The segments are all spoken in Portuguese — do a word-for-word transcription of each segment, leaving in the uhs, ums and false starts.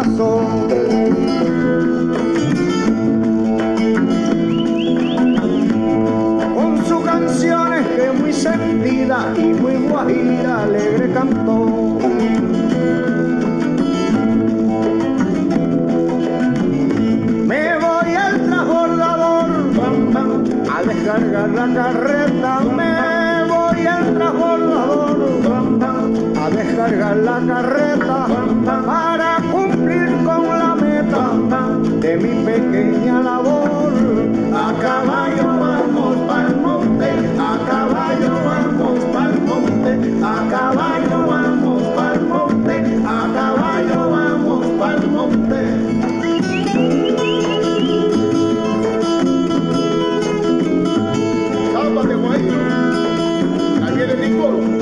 corazón. Con sus canciones que muy sentida y muy guajira alegre cantó. Me voy al transbordador a descargar la carreta. Me voy al transbordador a descargar la carreta para cumplir con la meta de mi pequeña labor. A caballo vamos pa'l monte, a caballo vamos pa'l monte, a caballo vamos pa'l monte, a caballo vamos pa'l monte. Sálvate, güey. Ahí viene mi coro.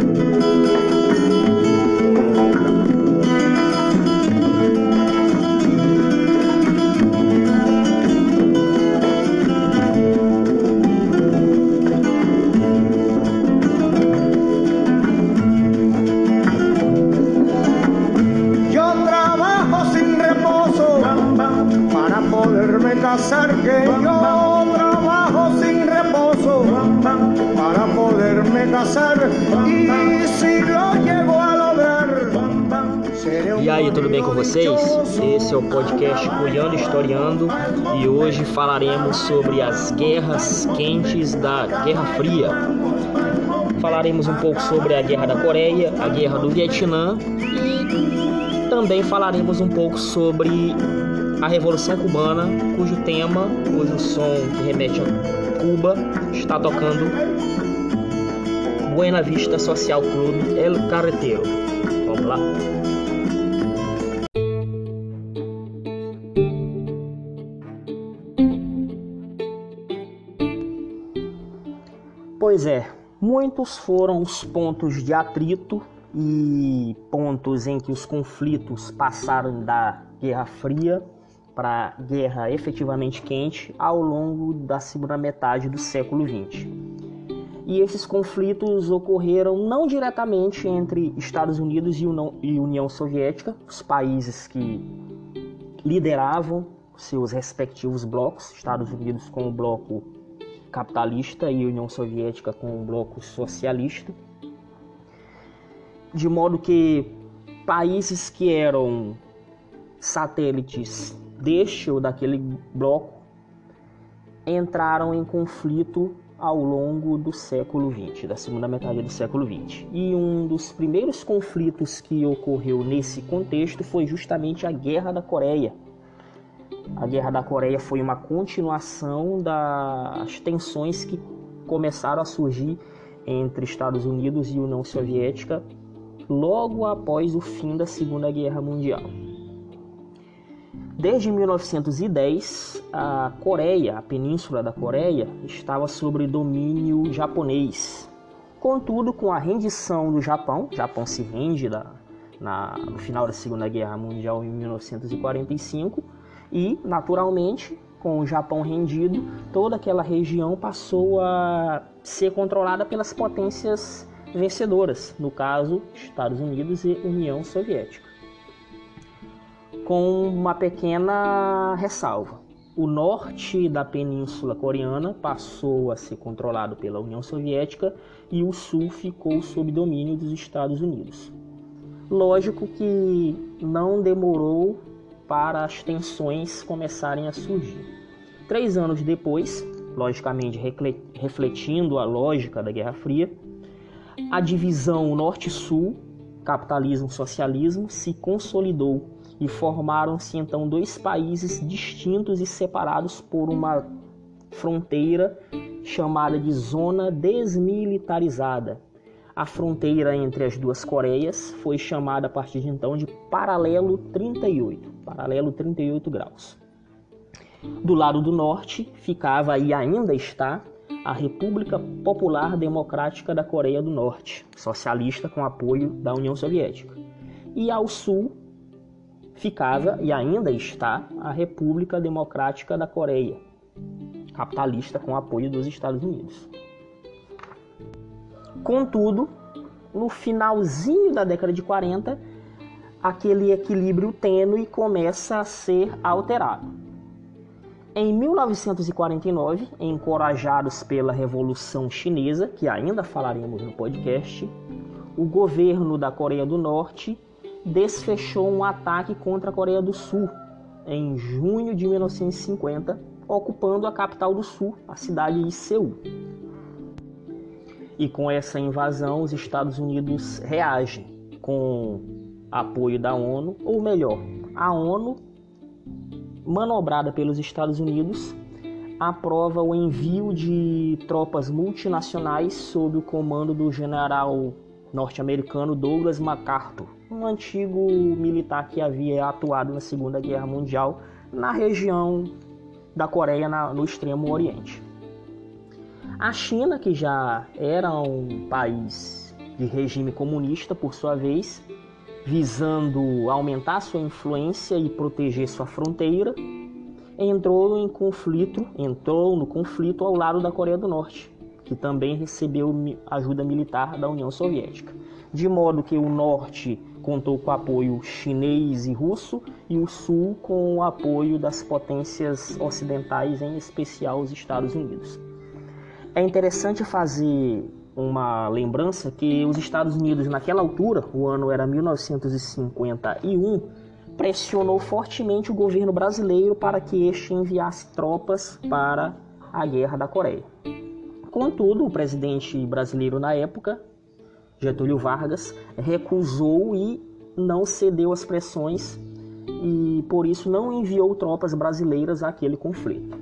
Casar que yo trabajo sin reposo para poderme casar e se lo llego a lograr. E aí, tudo bem com vocês? Esse é o podcast Cuiando Historiando e hoje falaremos sobre as guerras quentes da Guerra Fria. Falaremos um pouco sobre a Guerra da Coreia, a Guerra do Vietnã e também falaremos um pouco sobre a Revolução Cubana, cujo tema, cujo som que remete a Cuba, está tocando Buena Vista Social Club El Carretero. Vamos lá? Pois é, muitos foram os pontos de atrito e pontos em que os conflitos passaram da Guerra Fria para a guerra efetivamente quente ao longo da segunda metade do século vinte. E esses conflitos ocorreram não diretamente entre Estados Unidos e União Soviética, os países que lideravam seus respectivos blocos, Estados Unidos com o bloco capitalista e União Soviética com o bloco socialista, de modo que países que eram satélites deste ou daquele bloco entraram em conflito ao longo do século vinte, da segunda metade do século vinte. E um dos primeiros conflitos que ocorreu nesse contexto foi justamente a Guerra da Coreia. A Guerra da Coreia foi uma continuação das tensões que começaram a surgir entre Estados Unidos e União Soviética logo após o fim da Segunda Guerra Mundial. Desde mil novecentos e dez, a Coreia, a Península da Coreia, estava sob domínio japonês. Contudo, com a rendição do Japão, o Japão se rende na, na, no final da Segunda Guerra Mundial em mil novecentos e quarenta e cinco e, naturalmente, com o Japão rendido, toda aquela região passou a ser controlada pelas potências vencedoras, no caso, Estados Unidos e União Soviética. Com uma pequena ressalva. O norte da Península Coreana passou a ser controlado pela União Soviética e o sul ficou sob domínio dos Estados Unidos. Lógico que não demorou para as tensões começarem a surgir. Três anos depois, logicamente refletindo a lógica da Guerra Fria, a divisão norte-sul, capitalismo-socialismo, se consolidou e formaram-se então dois países distintos e separados por uma fronteira chamada de Zona Desmilitarizada. A fronteira entre as duas Coreias foi chamada a partir de então de Paralelo trinta e oito, paralelo trinta e oito graus. Do lado do norte ficava e ainda está a República Popular Democrática da Coreia do Norte, socialista com apoio da União Soviética. E ao sul ficava e ainda está a República Democrática da Coreia, capitalista com apoio dos Estados Unidos. Contudo, no finalzinho da década de quarenta, aquele equilíbrio tênue começa a ser alterado. Em mil novecentos e quarenta e nove, encorajados pela Revolução Chinesa, que ainda falaremos no podcast, o governo da Coreia do Norte desfechou um ataque contra a Coreia do Sul em junho de mil novecentos e cinquenta, ocupando a capital do Sul, a cidade de Seul. E com essa invasão, os Estados Unidos reagem com apoio da ONU, ou melhor, a ONU, manobrada pelos Estados Unidos, aprova o envio de tropas multinacionais sob o comando do general norte-americano Douglas MacArthur, um antigo militar que havia atuado na Segunda Guerra Mundial na região da Coreia, na, no extremo oriente. A China, que já era um país de regime comunista, por sua vez, visando aumentar sua influência e proteger sua fronteira, entrou em conflito, entrou no conflito ao lado da Coreia do Norte, que também recebeu ajuda militar da União Soviética, de modo que o Norte contou com o apoio chinês e russo e o Sul com o apoio das potências ocidentais, em especial os Estados Unidos. É interessante fazer uma lembrança que os Estados Unidos, naquela altura, o ano era mil novecentos e cinquenta e um, pressionou fortemente o governo brasileiro para que este enviasse tropas para a Guerra da Coreia. Contudo, o presidente brasileiro na época, Getúlio Vargas, recusou e não cedeu às pressões e, por isso, não enviou tropas brasileiras àquele conflito.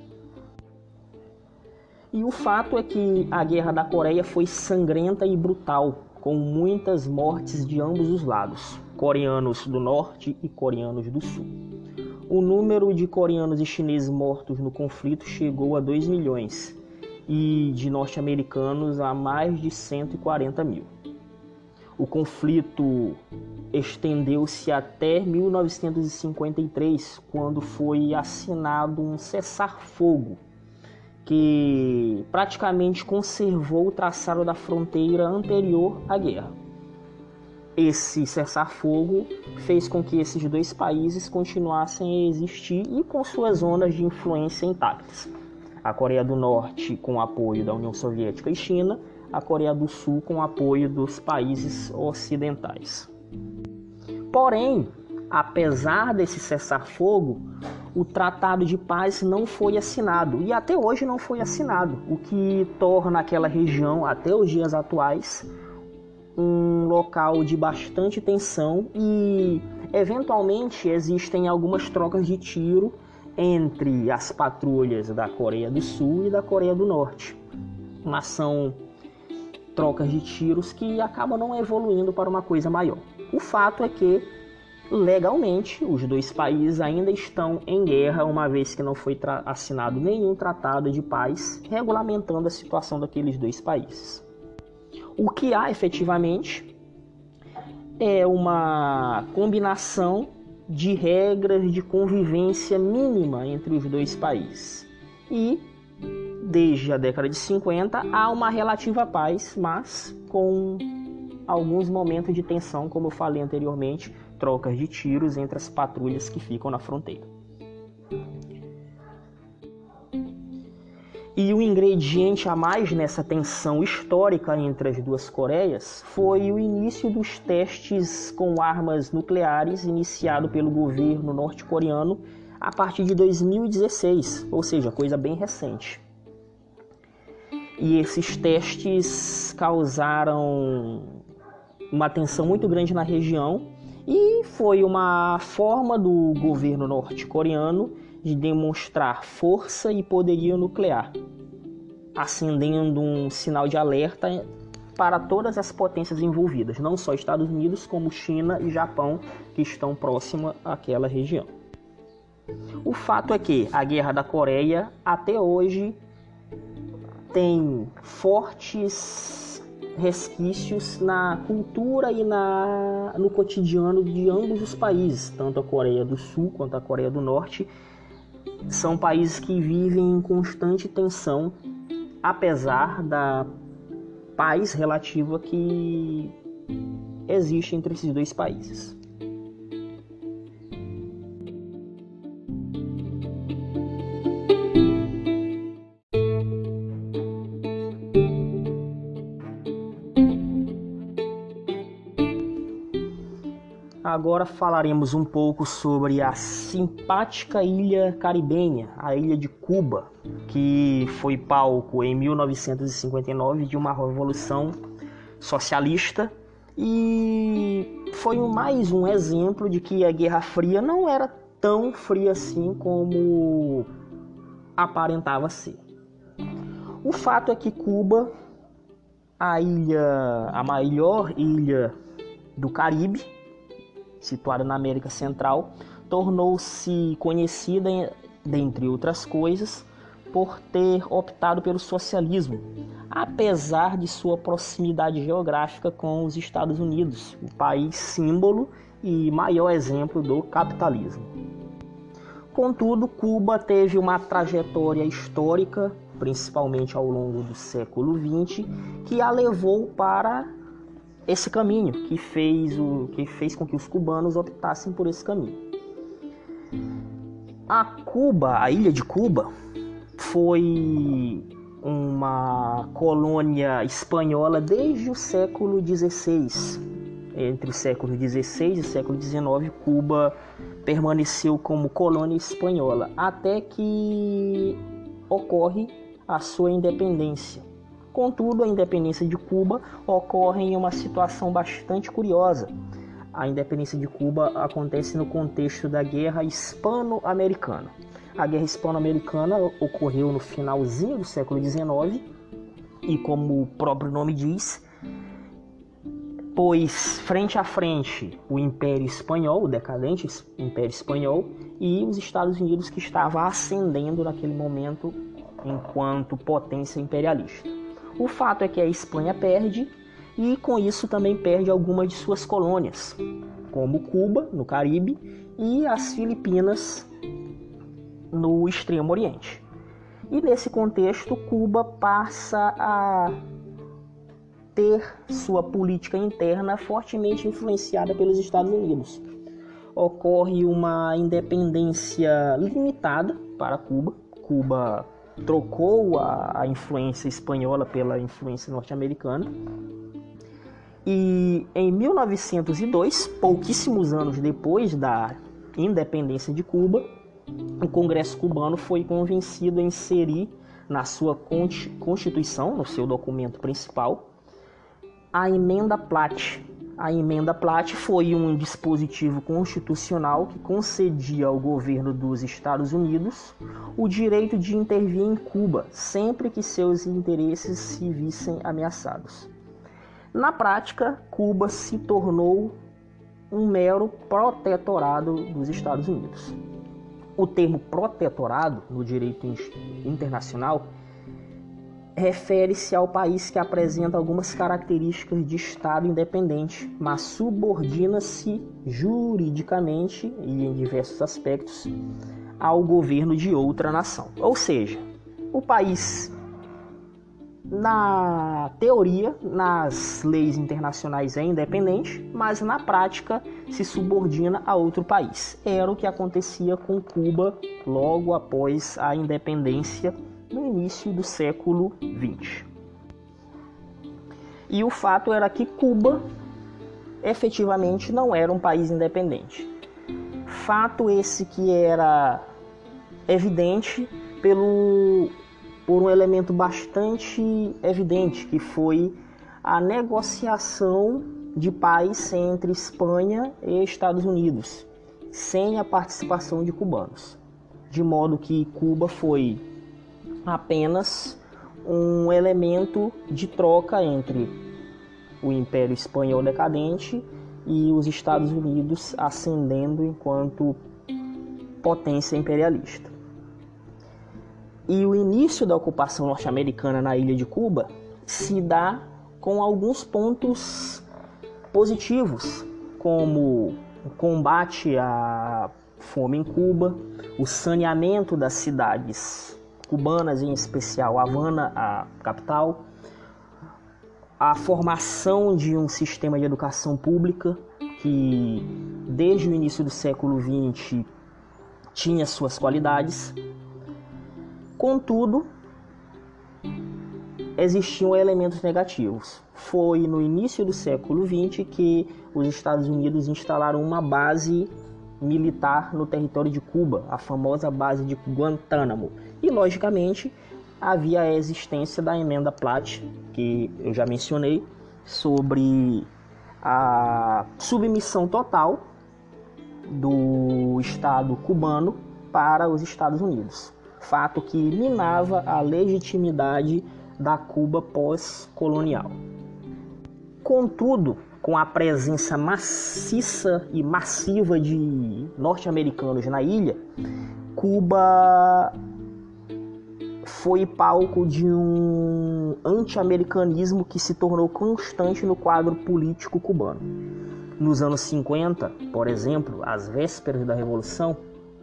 E o fato é que a Guerra da Coreia foi sangrenta e brutal, com muitas mortes de ambos os lados, coreanos do norte e coreanos do sul. O número de coreanos e chineses mortos no conflito chegou a dois milhões e de norte-americanos a mais de cento e quarenta mil. O conflito estendeu-se até mil novecentos e cinquenta e três, quando foi assinado um cessar-fogo que praticamente conservou o traçado da fronteira anterior à guerra. Esse cessar-fogo fez com que esses dois países continuassem a existir e com suas zonas de influência intactas. A Coreia do Norte com o apoio da União Soviética e China, a Coreia do Sul com o apoio dos países ocidentais. Porém, apesar desse cessar-fogo, o Tratado de Paz não foi assinado e até hoje não foi assinado, o que torna aquela região, até os dias atuais, um local de bastante tensão e, eventualmente, existem algumas trocas de tiro entre as patrulhas da Coreia do Sul e da Coreia do Norte. Mas são trocas de tiros que acabam não evoluindo para uma coisa maior. O fato é que, legalmente, os dois países ainda estão em guerra, uma vez que não foi assinado nenhum tratado de paz regulamentando a situação daqueles dois países. O que há, efetivamente, é uma combinação de regras de convivência mínima entre os dois países. E, desde a década de cinquenta, há uma relativa paz, mas com alguns momentos de tensão, como eu falei anteriormente, trocas de tiros entre as patrulhas que ficam na fronteira. E o ingrediente a mais nessa tensão histórica entre as duas Coreias foi o início dos testes com armas nucleares iniciado pelo governo norte-coreano a partir de dois mil e dezesseis, ou seja, coisa bem recente. E esses testes causaram uma tensão muito grande na região e foi uma forma do governo norte-coreano de demonstrar força e poderio nuclear, acendendo um sinal de alerta para todas as potências envolvidas, não só Estados Unidos, como China e Japão, que estão próximas àquela região. O fato é que a Guerra da Coreia, até hoje, tem fortes resquícios na cultura e na, no cotidiano de ambos os países, tanto a Coreia do Sul quanto a Coreia do Norte. São países que vivem em constante tensão, apesar da paz relativa que existe entre esses dois países. Agora falaremos um pouco sobre a simpática ilha caribenha, a ilha de Cuba, que foi palco em mil novecentos e cinquenta e nove de uma revolução socialista e foi mais um exemplo de que a Guerra Fria não era tão fria assim como aparentava ser. O fato é que Cuba, a ilha, a maior ilha do Caribe, situada na América Central, tornou-se conhecida, dentre outras coisas, por ter optado pelo socialismo, apesar de sua proximidade geográfica com os Estados Unidos, o país símbolo e maior exemplo do capitalismo. Contudo, Cuba teve uma trajetória histórica, principalmente ao longo do século vinte, que a levou para esse caminho, que fez, o, que fez com que os cubanos optassem por esse caminho. A Cuba, a ilha de Cuba, foi uma colônia espanhola desde o século dezesseis. Entre o século dezesseis e o século dezenove, Cuba permaneceu como colônia espanhola, até que ocorre a sua independência. Contudo, a independência de Cuba ocorre em uma situação bastante curiosa. A independência de Cuba acontece no contexto da Guerra Hispano-Americana. A Guerra Hispano-Americana ocorreu no finalzinho do século dezenove e, como o próprio nome diz, pôs frente a frente o Império Espanhol, o decadente Império Espanhol, e os Estados Unidos, que estava ascendendo naquele momento enquanto potência imperialista. O fato é que a Espanha perde e com isso também perde algumas de suas colônias, como Cuba, no Caribe, e as Filipinas, no Extremo Oriente. E nesse contexto, Cuba passa a ter sua política interna fortemente influenciada pelos Estados Unidos. Ocorre uma independência limitada para Cuba. Cuba trocou a, a influência espanhola pela influência norte-americana. E em mil novecentos e dois, pouquíssimos anos depois da independência de Cuba, o Congresso cubano foi convencido a inserir na sua Constituição, no seu documento principal, a Emenda Platt. A Emenda Platt foi um dispositivo constitucional que concedia ao governo dos Estados Unidos o direito de intervir em Cuba sempre que seus interesses se vissem ameaçados. Na prática, Cuba se tornou um mero protetorado dos Estados Unidos. O termo protetorado no direito internacional refere-se ao país que apresenta algumas características de Estado independente, mas subordina-se juridicamente e em diversos aspectos ao governo de outra nação. Ou seja, o país, na teoria, nas leis internacionais é independente, mas na prática se subordina a outro país. Era o que acontecia com Cuba logo após a independência no início do século vinte. E o fato era que Cuba efetivamente não era um país independente. Fato esse que era evidente pelo, por um elemento bastante evidente, que foi a negociação de paz entre Espanha e Estados Unidos, sem a participação de cubanos. De modo que Cuba foi apenas um elemento de troca entre o Império Espanhol decadente e os Estados Unidos ascendendo enquanto potência imperialista. E o início da ocupação norte-americana na ilha de Cuba se dá com alguns pontos positivos, como o combate à fome em Cuba, o saneamento das cidades cubanas, em especial Havana, a capital, a formação de um sistema de educação pública que, desde o início do século vinte, tinha suas qualidades. Contudo, existiam elementos negativos. Foi no início do século vinte que os Estados Unidos instalaram uma base militar no território de Cuba, a famosa base de Guantánamo. E, logicamente, havia a existência da Emenda Platt, que eu já mencionei, sobre a submissão total do Estado cubano para os Estados Unidos. Fato que minava a legitimidade da Cuba pós-colonial. Contudo, com a presença maciça e massiva de norte-americanos na ilha, Cuba foi palco de um anti-americanismo que se tornou constante no quadro político cubano. Nos anos cinquenta, por exemplo, às vésperas da Revolução,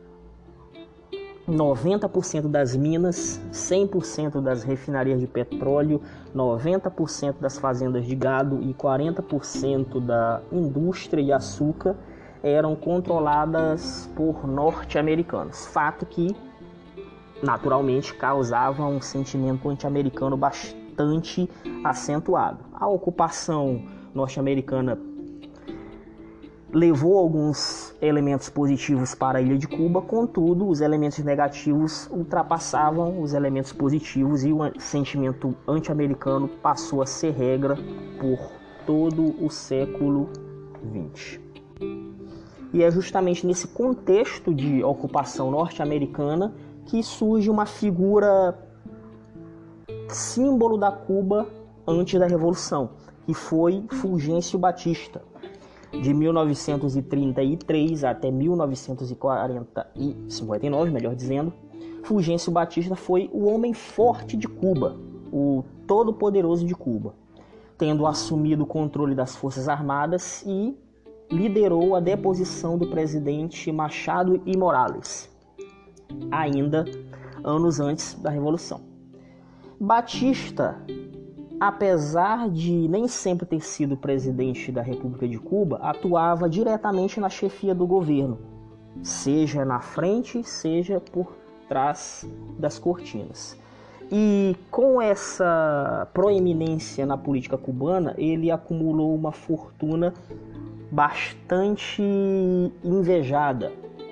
noventa por cento das minas, cem por cento das refinarias de petróleo, noventa por cento das fazendas de gado e quarenta por cento da indústria de açúcar eram controladas por norte-americanos. Fato que, naturalmente, causava um sentimento anti-americano bastante acentuado. A ocupação norte-americana levou alguns elementos positivos para a ilha de Cuba, contudo, os elementos negativos ultrapassavam os elementos positivos e o sentimento anti-americano passou a ser regra por todo o século vinte. E é justamente nesse contexto de ocupação norte-americana que surge uma figura símbolo da Cuba antes da Revolução, que foi Fulgêncio Batista. De mil novecentos e trinta e três até mil novecentos e cinquenta e nove, melhor dizendo, Fulgêncio Batista foi o homem forte de Cuba, o todo-poderoso de Cuba, tendo assumido o controle das Forças Armadas e liderou a deposição do presidente Machado y Morales, ainda anos antes da Revolução. Batista, apesar de nem sempre ter sido presidente da República de Cuba, atuava diretamente na chefia do governo, seja na frente, seja por trás das cortinas. E com essa proeminência na política cubana, ele acumulou uma fortuna bastante invejada.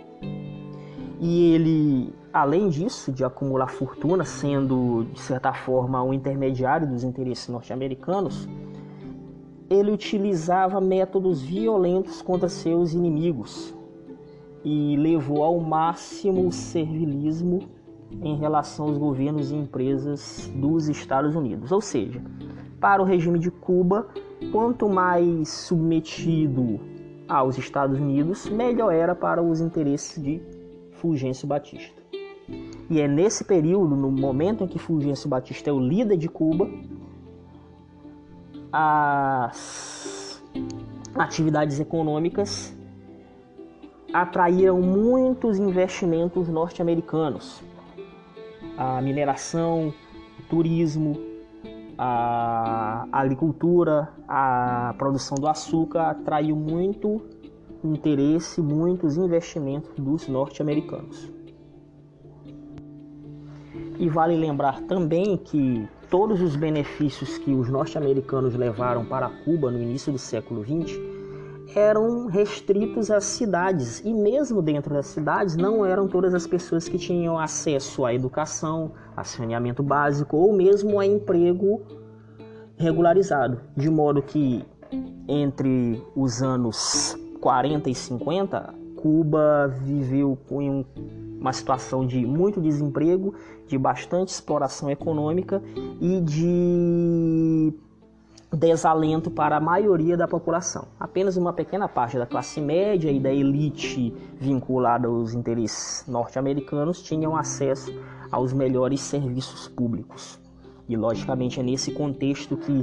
E ele, além disso, de acumular fortuna, sendo, de certa forma, um intermediário dos interesses norte-americanos, ele utilizava métodos violentos contra seus inimigos e levou ao máximo o servilismo em relação aos governos e empresas dos Estados Unidos. Ou seja, para o regime de Cuba, quanto mais submetido aos Estados Unidos, melhor era para os interesses de Fulgêncio Batista. E é nesse período, no momento em que Fulgêncio Batista é o líder de Cuba, as atividades econômicas atraíram muitos investimentos norte-americanos. A mineração, o turismo, a agricultura, a produção do açúcar atraiu muito interesse, muitos investimentos dos norte-americanos. E vale lembrar também que todos os benefícios que os norte-americanos levaram para Cuba no início do século vinte eram restritos às cidades, e mesmo dentro das cidades não eram todas as pessoas que tinham acesso à educação, a saneamento básico ou mesmo a emprego regularizado, de modo que entre os anos quarenta e cinquenta, Cuba viveu com uma situação de muito desemprego, de bastante exploração econômica e de desalento para a maioria da população. Apenas uma pequena parte da classe média e da elite vinculada aos interesses norte-americanos tinham acesso aos melhores serviços públicos. E, logicamente, é nesse contexto que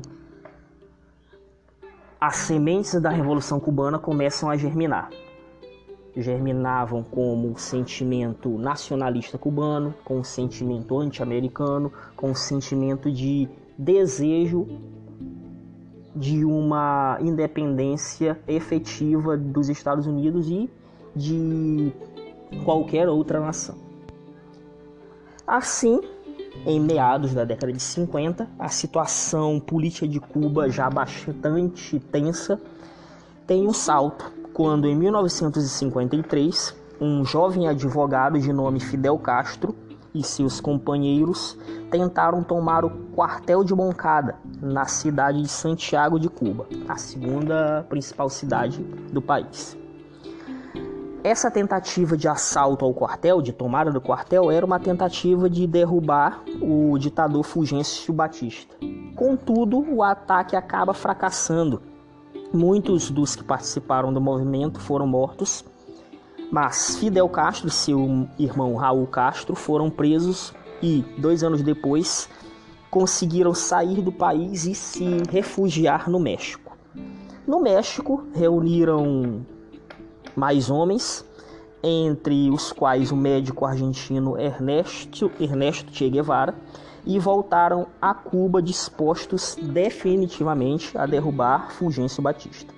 as sementes da Revolução Cubana começam a germinar. Germinavam como um sentimento nacionalista cubano, com um sentimento anti-americano, com um sentimento de desejo de uma independência efetiva dos Estados Unidos e de qualquer outra nação. Assim, Em meados da década de cinquenta, a situação política de Cuba, já bastante tensa, tem um salto quando, em mil novecentos e cinquenta e três, um jovem advogado de nome Fidel Castro e seus companheiros tentaram tomar o quartel de Moncada, na cidade de Santiago de Cuba, a segunda principal cidade do país. Essa tentativa de assalto ao quartel, de tomada do quartel, era uma tentativa de derrubar o ditador Fulgêncio Batista. Contudo, o ataque acaba fracassando. Muitos dos que participaram do movimento foram mortos, mas Fidel Castro e seu irmão Raul Castro foram presos e, dois anos depois, conseguiram sair do país e se refugiar no México. No México, reuniram mais homens, entre os quais o médico argentino Ernesto, Ernesto Che Guevara, e voltaram a Cuba dispostos definitivamente a derrubar Fulgêncio Batista.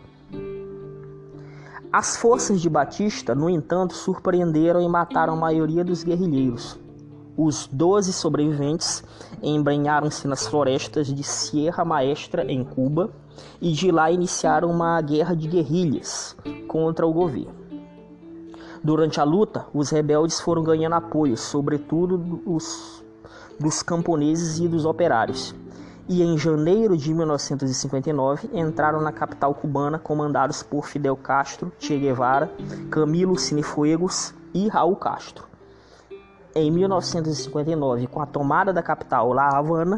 As forças de Batista, no entanto, surpreenderam e mataram a maioria dos guerrilheiros. Os doze sobreviventes embrenharam-se nas florestas de Sierra Maestra, em Cuba, e de lá iniciaram uma guerra de guerrilhas contra o governo. Durante a luta, os rebeldes foram ganhando apoio, sobretudo os, dos camponeses e dos operários, e em janeiro de mil novecentos e cinquenta e nove entraram na capital cubana comandados por Fidel Castro, Che Guevara, Camilo Cienfuegos e Raul Castro. Em mil novecentos e cinquenta e nove, com a tomada da capital, La Havana,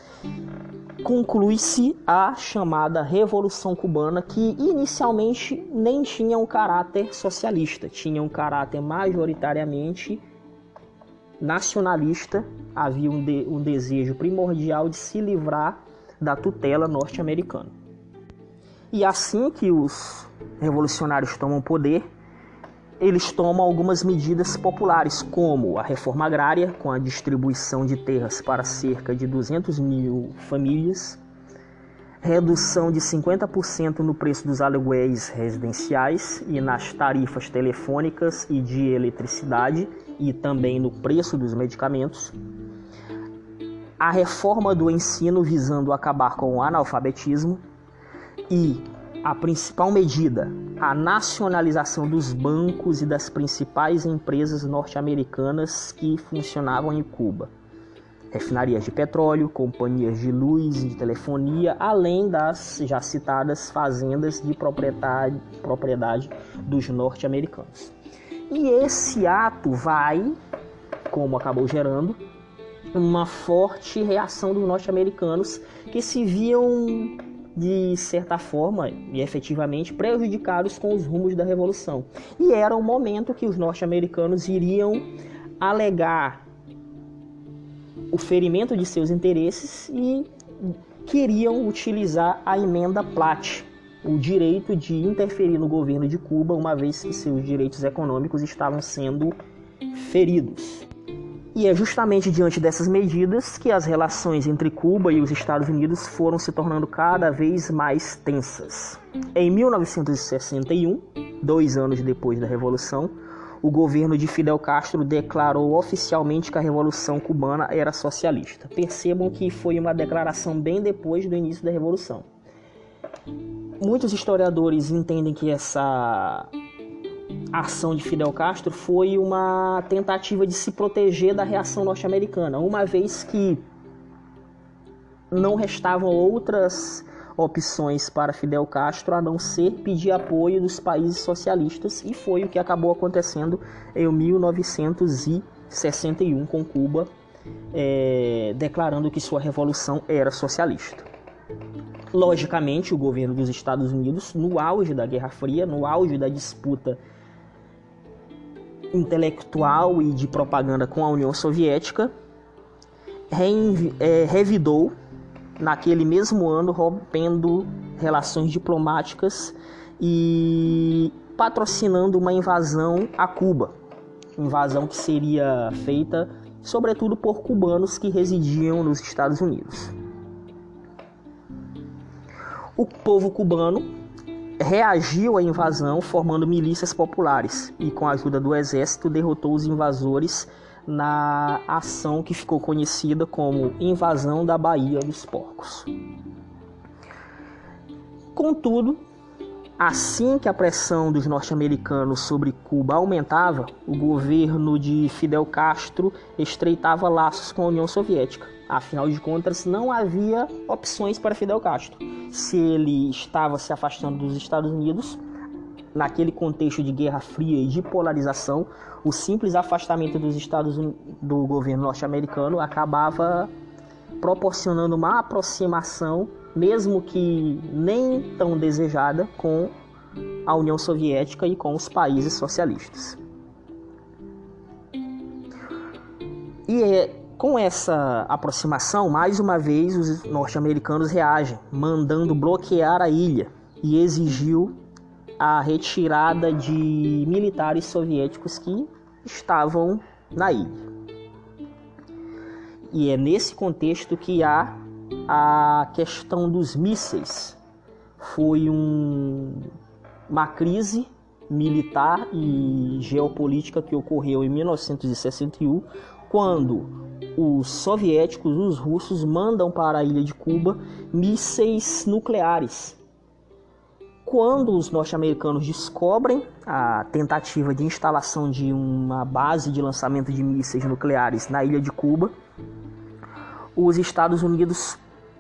conclui-se a chamada Revolução Cubana, que inicialmente nem tinha um caráter socialista, tinha um caráter majoritariamente nacionalista. Havia um, de, um desejo primordial de se livrar da tutela norte-americana. E assim que os revolucionários tomam poder, eles tomam algumas medidas populares, como a reforma agrária, com a distribuição de terras para cerca de duzentas mil famílias, redução de cinquenta por cento no preço dos aluguéis residenciais e nas tarifas telefônicas e de eletricidade, e também no preço dos medicamentos, a reforma do ensino visando acabar com o analfabetismo e a principal medida, a nacionalização dos bancos e das principais empresas norte-americanas que funcionavam em Cuba. Refinarias de petróleo, companhias de luz e de telefonia, além das já citadas fazendas de propriedade, propriedade dos norte-americanos. E esse ato vai, como acabou gerando, uma forte reação dos norte-americanos que se viam, de certa forma e efetivamente, prejudicados com os rumos da Revolução. E era um momento que os norte-americanos iriam alegar o ferimento de seus interesses e queriam utilizar a emenda Platt, o direito de interferir no governo de Cuba, uma vez que seus direitos econômicos estavam sendo feridos. E é justamente diante dessas medidas que as relações entre Cuba e os Estados Unidos foram se tornando cada vez mais tensas. Em mil novecentos e sessenta e um, dois anos depois da Revolução, o governo de Fidel Castro declarou oficialmente que a Revolução Cubana era socialista. Percebam que foi uma declaração bem depois do início da Revolução. Muitos historiadores entendem que essa a ação de Fidel Castro foi uma tentativa de se proteger da reação norte-americana, uma vez que não restavam outras opções para Fidel Castro a não ser pedir apoio dos países socialistas, e foi o que acabou acontecendo em mil novecentos e sessenta e um com Cuba, é, declarando que sua revolução era socialista. Logicamente, o governo dos Estados Unidos, no auge da Guerra Fria, no auge da disputa intelectual e de propaganda com a União Soviética, reinv- é, revidou naquele mesmo ano, rompendo relações diplomáticas e patrocinando uma invasão a Cuba. Invasão que seria feita sobretudo por cubanos que residiam nos Estados Unidos. O povo cubano reagiu à invasão formando milícias populares e, com a ajuda do exército, derrotou os invasores na ação que ficou conhecida como Invasão da Baía dos Porcos. Contudo, assim que a pressão dos norte-americanos sobre Cuba aumentava, o governo de Fidel Castro estreitava laços com a União Soviética. Afinal de contas, não havia opções para Fidel Castro. Se ele estava se afastando dos Estados Unidos, naquele contexto de Guerra Fria e de polarização, o simples afastamento dos Estados Unidos, do governo norte-americano acabava proporcionando uma aproximação, mesmo que nem tão desejada, com a União Soviética e com os países socialistas. E é com essa aproximação, mais uma vez, os norte-americanos reagem, mandando bloquear a ilha, e exigiu a retirada de militares soviéticos que estavam na ilha. E é nesse contexto que há a questão dos mísseis. Foi um, uma crise militar e geopolítica que ocorreu em mil novecentos e sessenta e um, quando os soviéticos, os russos, mandam para a ilha de Cuba mísseis nucleares. Quando os norte-americanos descobrem a tentativa de instalação de uma base de lançamento de mísseis nucleares na ilha de Cuba, os Estados Unidos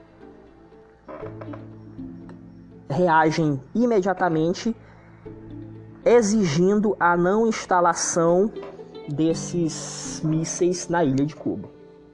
reagem imediatamente, exigindo a não instalação desses mísseis na ilha de Cuba.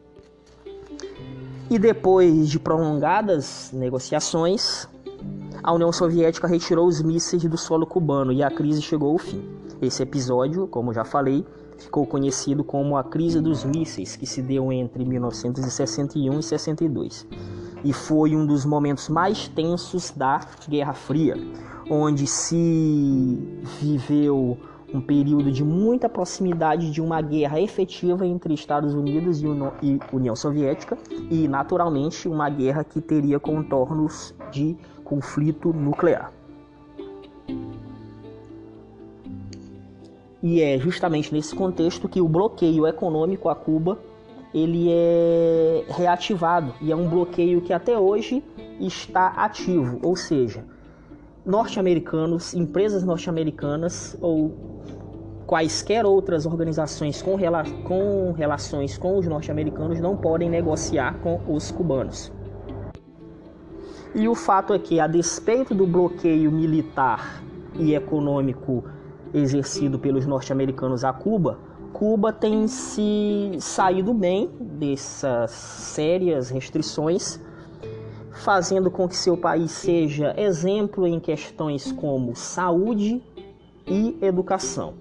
E depois de prolongadas negociações, a União Soviética retirou os mísseis do solo cubano e a crise chegou ao fim. Esse episódio, como já falei, ficou conhecido como a crise dos mísseis, que se deu entre mil novecentos e sessenta e um e sessenta e dois. E foi um dos momentos mais tensos da Guerra Fria, onde se viveu um período de muita proximidade de uma guerra efetiva entre Estados Unidos e União Soviética e, naturalmente, uma guerra que teria contornos de conflito nuclear. E é justamente nesse contexto que o bloqueio econômico a Cuba ele é reativado, e é um bloqueio que até hoje está ativo, ou seja, norte-americanos, empresas norte-americanas ou quaisquer outras organizações com, rela- com relações com os norte-americanos não podem negociar com os cubanos. E o fato é que, a despeito do bloqueio militar e econômico exercido pelos norte-americanos a Cuba, Cuba tem se saído bem dessas sérias restrições, fazendo com que seu país seja exemplo em questões como saúde e educação.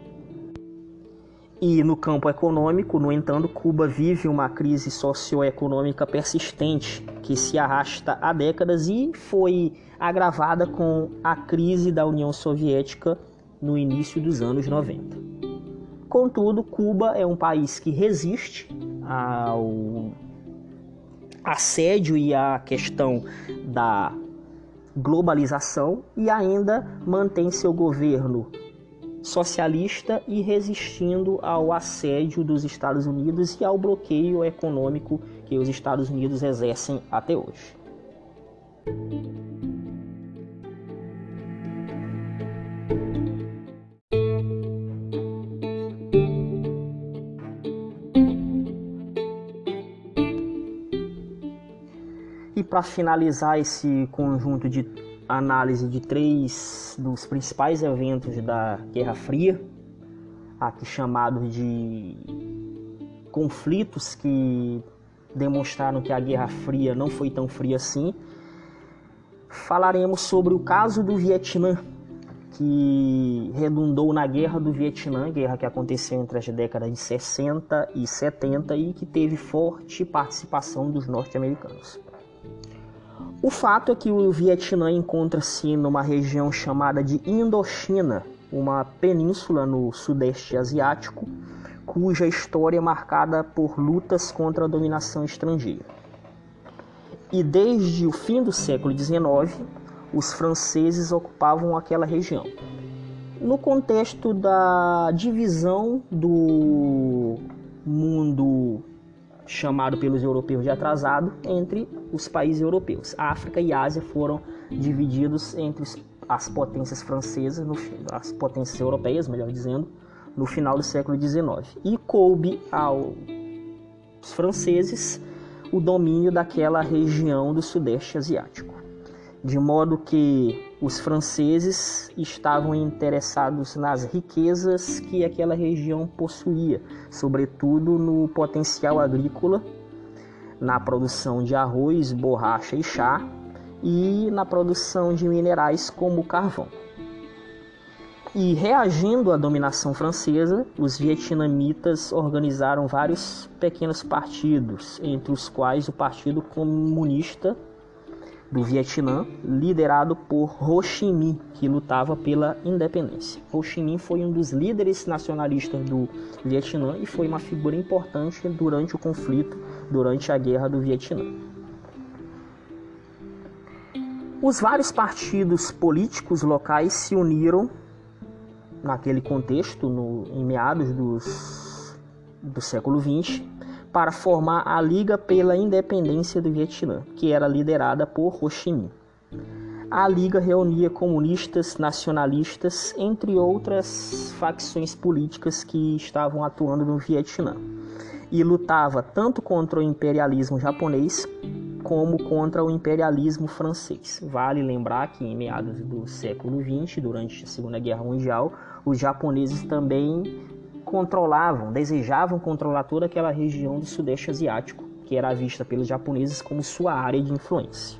E no campo econômico, no entanto, Cuba vive uma crise socioeconômica persistente que se arrasta há décadas e foi agravada com a crise da União Soviética no início dos anos noventa. Contudo, Cuba é um país que resiste ao assédio e à questão da globalização e ainda mantém seu governo socialista e resistindo ao assédio dos Estados Unidos e ao bloqueio econômico que os Estados Unidos exercem até hoje. E para finalizar esse conjunto de análise de três dos principais eventos da Guerra Fria, aqui chamados de conflitos que demonstraram que a Guerra Fria não foi tão fria assim, falaremos sobre o caso do Vietnã, que redundou na Guerra do Vietnã, guerra que aconteceu entre as décadas de sessenta e setenta e que teve forte participação dos norte-americanos. O fato é que o Vietnã encontra-se numa região chamada de Indochina, uma península no sudeste asiático, cuja história é marcada por lutas contra a dominação estrangeira. E desde o fim do século dezenove, os franceses ocupavam aquela região. No contexto da divisão do mundo chamado pelos europeus de atrasado entre os países europeus. A África e a Ásia foram divididos entre as potências francesas, no, as potências europeias, melhor dizendo, no final do século dezenove. E coube aos franceses o domínio daquela região do Sudeste Asiático. De modo que os franceses estavam interessados nas riquezas que aquela região possuía, sobretudo no potencial agrícola, na produção de arroz, borracha e chá, e na produção de minerais como carvão. E reagindo à dominação francesa, os vietnamitas organizaram vários pequenos partidos, entre os quais o Partido Comunista do Vietnã, liderado por Ho Chi Minh, que lutava pela independência. Ho Chi Minh foi um dos líderes nacionalistas do Vietnã e foi uma figura importante durante o conflito, durante a Guerra do Vietnã. Os vários partidos políticos locais se uniram naquele contexto, no, em meados dos, do século vinte, para formar a Liga pela Independência do Vietnã, que era liderada por Ho Chi Minh. A Liga reunia comunistas, nacionalistas, entre outras facções políticas que estavam atuando no Vietnã, e lutava tanto contra o imperialismo japonês como contra o imperialismo francês. Vale lembrar que em meados do século vinte, durante a Segunda Guerra Mundial, os japoneses também controlavam, desejavam controlar toda aquela região do Sudeste Asiático, que era vista pelos japoneses como sua área de influência.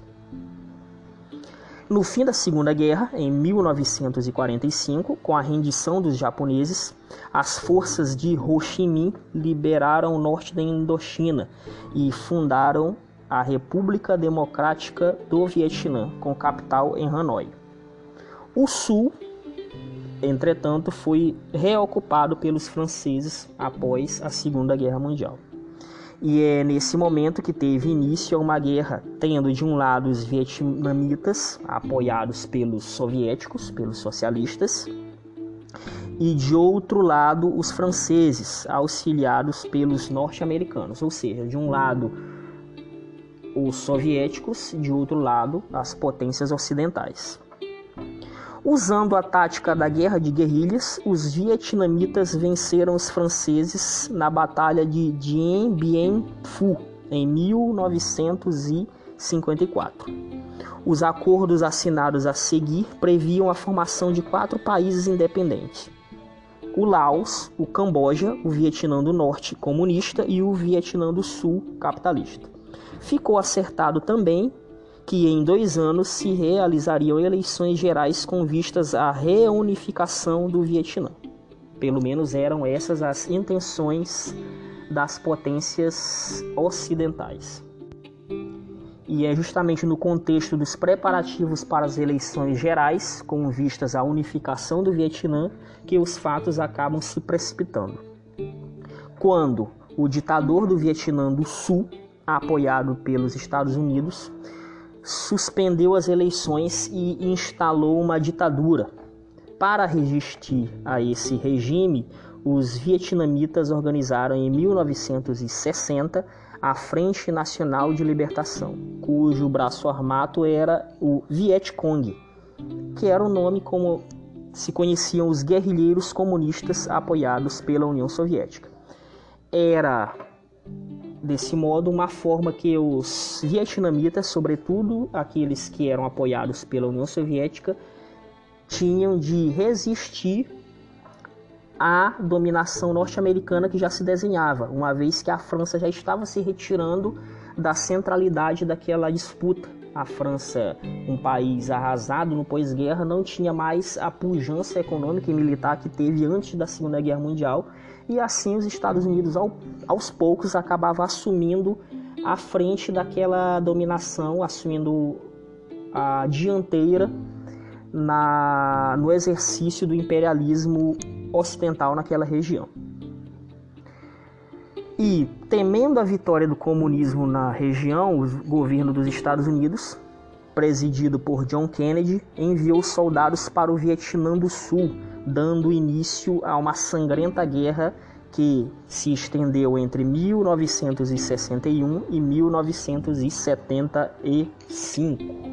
No fim da Segunda Guerra, em mil novecentos e quarenta e cinco, com a rendição dos japoneses, as forças de Ho Chi Minh liberaram o norte da Indochina e fundaram a República Democrática do Vietnã, com capital em Hanoi. O sul, entretanto, foi reocupado pelos franceses após a Segunda Guerra Mundial. E é nesse momento que teve início uma guerra, tendo de um lado os vietnamitas, apoiados pelos soviéticos, pelos socialistas, e de outro lado os franceses, auxiliados pelos norte-americanos, ou seja, de um lado os soviéticos, de outro lado as potências ocidentais. Usando a tática da guerra de guerrilhas, os vietnamitas venceram os franceses na Batalha de Dien Bien Phu, em mil novecentos e cinquenta e quatro. Os acordos assinados a seguir previam a formação de quatro países independentes: o Laos, o Camboja, o Vietnã do Norte comunista e o Vietnã do Sul capitalista. Ficou acertado também que em dois anos se realizariam eleições gerais com vistas à reunificação do Vietnã. Pelo menos eram essas as intenções das potências ocidentais. E é justamente no contexto dos preparativos para as eleições gerais, com vistas à unificação do Vietnã, que os fatos acabam se precipitando. Quando o ditador do Vietnã do Sul, apoiado pelos Estados Unidos, suspendeu as eleições e instalou uma ditadura. Para resistir a esse regime, os vietnamitas organizaram em mil novecentos e sessenta a Frente Nacional de Libertação, cujo braço armado era o Viet Cong, que era o nome como se conheciam os guerrilheiros comunistas apoiados pela União Soviética. Era desse modo, uma forma que os vietnamitas, sobretudo aqueles que eram apoiados pela União Soviética, tinham de resistir à dominação norte-americana que já se desenhava, uma vez que a França já estava se retirando da centralidade daquela disputa. A França, um país arrasado no pós-guerra, não tinha mais a pujança econômica e militar que teve antes da Segunda Guerra Mundial, e assim os Estados Unidos, ao, aos poucos, acabavam assumindo a frente daquela dominação, assumindo a dianteira na, no exercício do imperialismo ocidental naquela região. E, temendo a vitória do comunismo na região, o governo dos Estados Unidos, presidido por John Kennedy, enviou soldados para o Vietnã do Sul, dando início a uma sangrenta guerra que se estendeu entre mil novecentos e sessenta e um e mil novecentos e setenta e cinco.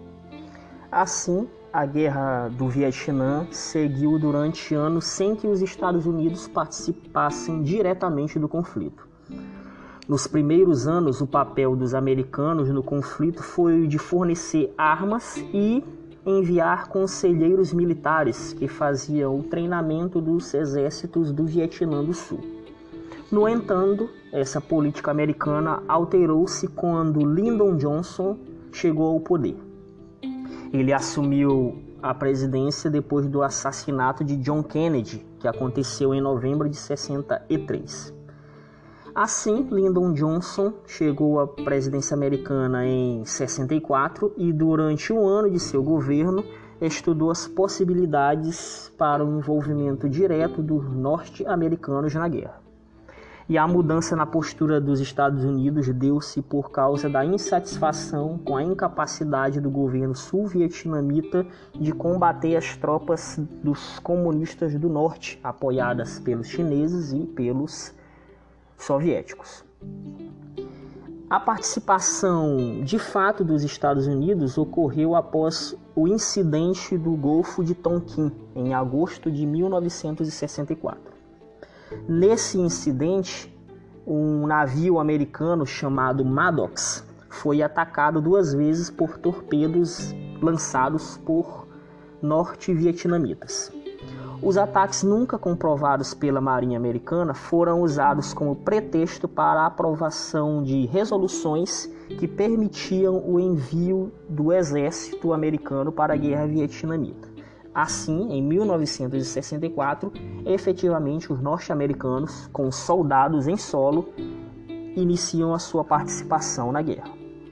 Assim, a Guerra do Vietnã seguiu durante anos sem que os Estados Unidos participassem diretamente do conflito. Nos primeiros anos, o papel dos americanos no conflito foi de fornecer armas e enviar conselheiros militares que faziam o treinamento dos exércitos do Vietnã do Sul. No entanto, essa política americana alterou-se quando Lyndon Johnson chegou ao poder. Ele assumiu a presidência depois do assassinato de John Kennedy, que aconteceu em novembro de sessenta e três. Assim, Lyndon Johnson chegou à presidência americana em sessenta e quatro e, durante um ano de seu governo, estudou as possibilidades para o envolvimento direto dos norte-americanos na guerra. E a mudança na postura dos Estados Unidos deu-se por causa da insatisfação com a incapacidade do governo sul-vietnamita de combater as tropas dos comunistas do norte, apoiadas pelos chineses e pelos soviéticos. A participação de fato dos Estados Unidos ocorreu após o incidente do Golfo de Tonkin, em agosto de mil novecentos e sessenta e quatro. Nesse incidente, um navio americano chamado Maddox foi atacado duas vezes por torpedos lançados por norte-vietnamitas. Os ataques nunca comprovados pela Marinha Americana foram usados como pretexto para a aprovação de resoluções que permitiam o envio do exército americano para a Guerra Vietnamita. Assim, em mil novecentos e sessenta e quatro, efetivamente os norte-americanos, com soldados em solo, iniciam a sua participação na guerra.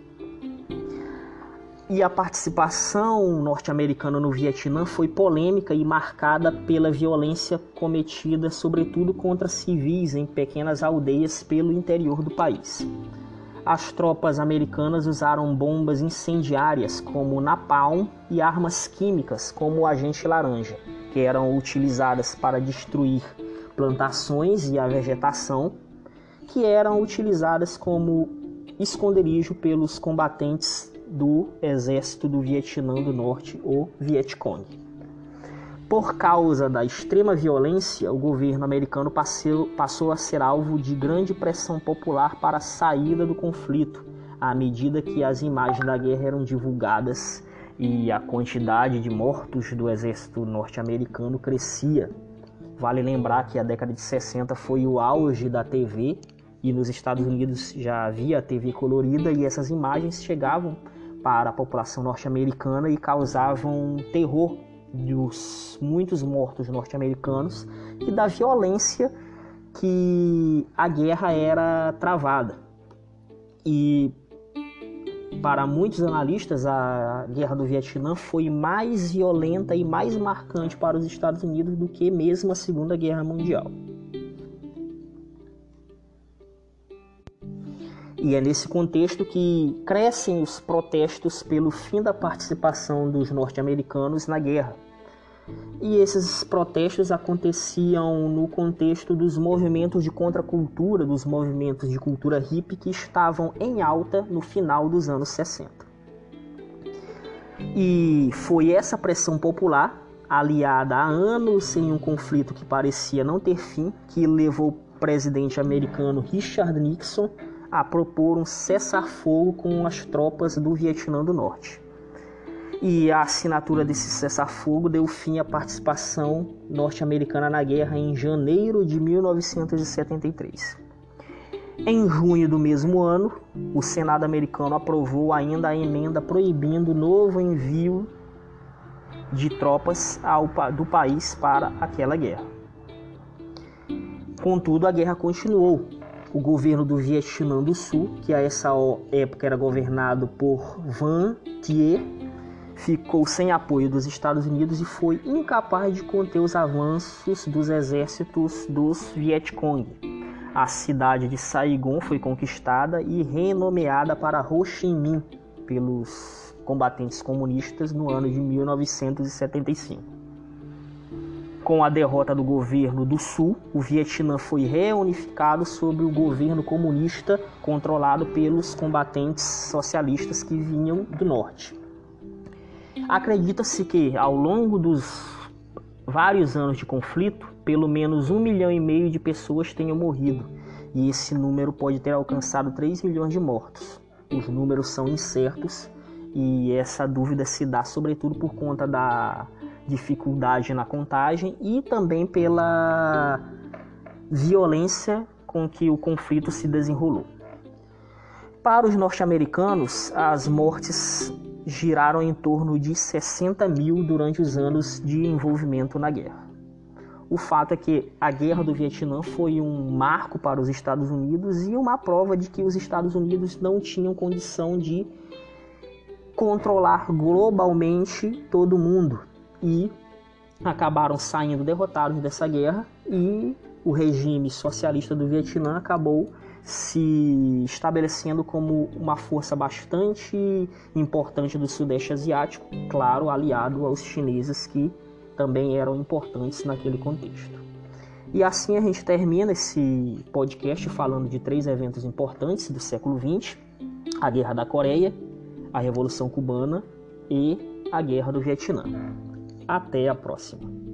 E a participação norte-americana no Vietnã foi polêmica e marcada pela violência cometida, sobretudo contra civis em pequenas aldeias pelo interior do país. As tropas americanas usaram bombas incendiárias como napalm e armas químicas como o agente laranja, que eram utilizadas para destruir plantações e a vegetação, que eram utilizadas como esconderijo pelos combatentes do Exército do Vietnã do Norte, o Vietcong. Por causa da extrema violência, o governo americano passou, passou a ser alvo de grande pressão popular para a saída do conflito, à medida que as imagens da guerra eram divulgadas e a quantidade de mortos do exército norte-americano crescia. Vale lembrar que a década de sessenta foi o auge da T V e nos Estados Unidos já havia a T V colorida e essas imagens chegavam para a população norte-americana e causavam terror dos muitos mortos norte-americanos e da violência que a guerra era travada. E para muitos analistas, a Guerra do Vietnã foi mais violenta e mais marcante para os Estados Unidos do que mesmo a Segunda Guerra Mundial. E é nesse contexto que crescem os protestos pelo fim da participação dos norte-americanos na guerra. E esses protestos aconteciam no contexto dos movimentos de contracultura, dos movimentos de cultura hippie que estavam em alta no final dos anos sessenta. E foi essa pressão popular, aliada a anos em um conflito que parecia não ter fim, que levou o presidente americano Richard Nixon a propor um cessar-fogo com as tropas do Vietnã do Norte. E a assinatura desse cessar-fogo deu fim à participação norte-americana na guerra em janeiro de mil novecentos e setenta e três. Em junho do mesmo ano, o Senado americano aprovou ainda a emenda proibindo o novo envio de tropas ao, do país para aquela guerra. Contudo, a guerra continuou. O governo do Vietnã do Sul, que a essa época era governado por Van Thieu, ficou sem apoio dos Estados Unidos e foi incapaz de conter os avanços dos exércitos dos Vietcong. A cidade de Saigon foi conquistada e renomeada para Ho Chi Minh pelos combatentes comunistas no ano de mil novecentos e setenta e cinco. com a derrota do governo do Sul, o Vietnã foi reunificado sob o governo comunista controlado pelos combatentes socialistas que vinham do Norte. Acredita-se que, ao longo dos vários anos de conflito, pelo menos um milhão e meio de pessoas tenham morrido, e esse número pode ter alcançado três milhões de mortos. Os números são incertos e essa dúvida se dá sobretudo por conta da dificuldade na contagem e também pela violência com que o conflito se desenrolou. Para os norte-americanos, as mortes giraram em torno de sessenta mil durante os anos de envolvimento na guerra. O fato é que a Guerra do Vietnã foi um marco para os Estados Unidos e uma prova de que os Estados Unidos não tinham condição de controlar globalmente todo mundo e acabaram saindo derrotados dessa guerra, e o regime socialista do Vietnã acabou se estabelecendo como uma força bastante importante do Sudeste Asiático, claro, aliado aos chineses, que também eram importantes naquele contexto. E assim a gente termina esse podcast falando de três eventos importantes do século vinte: a Guerra da Coreia, a Revolução Cubana e a Guerra do Vietnã. Até a próxima!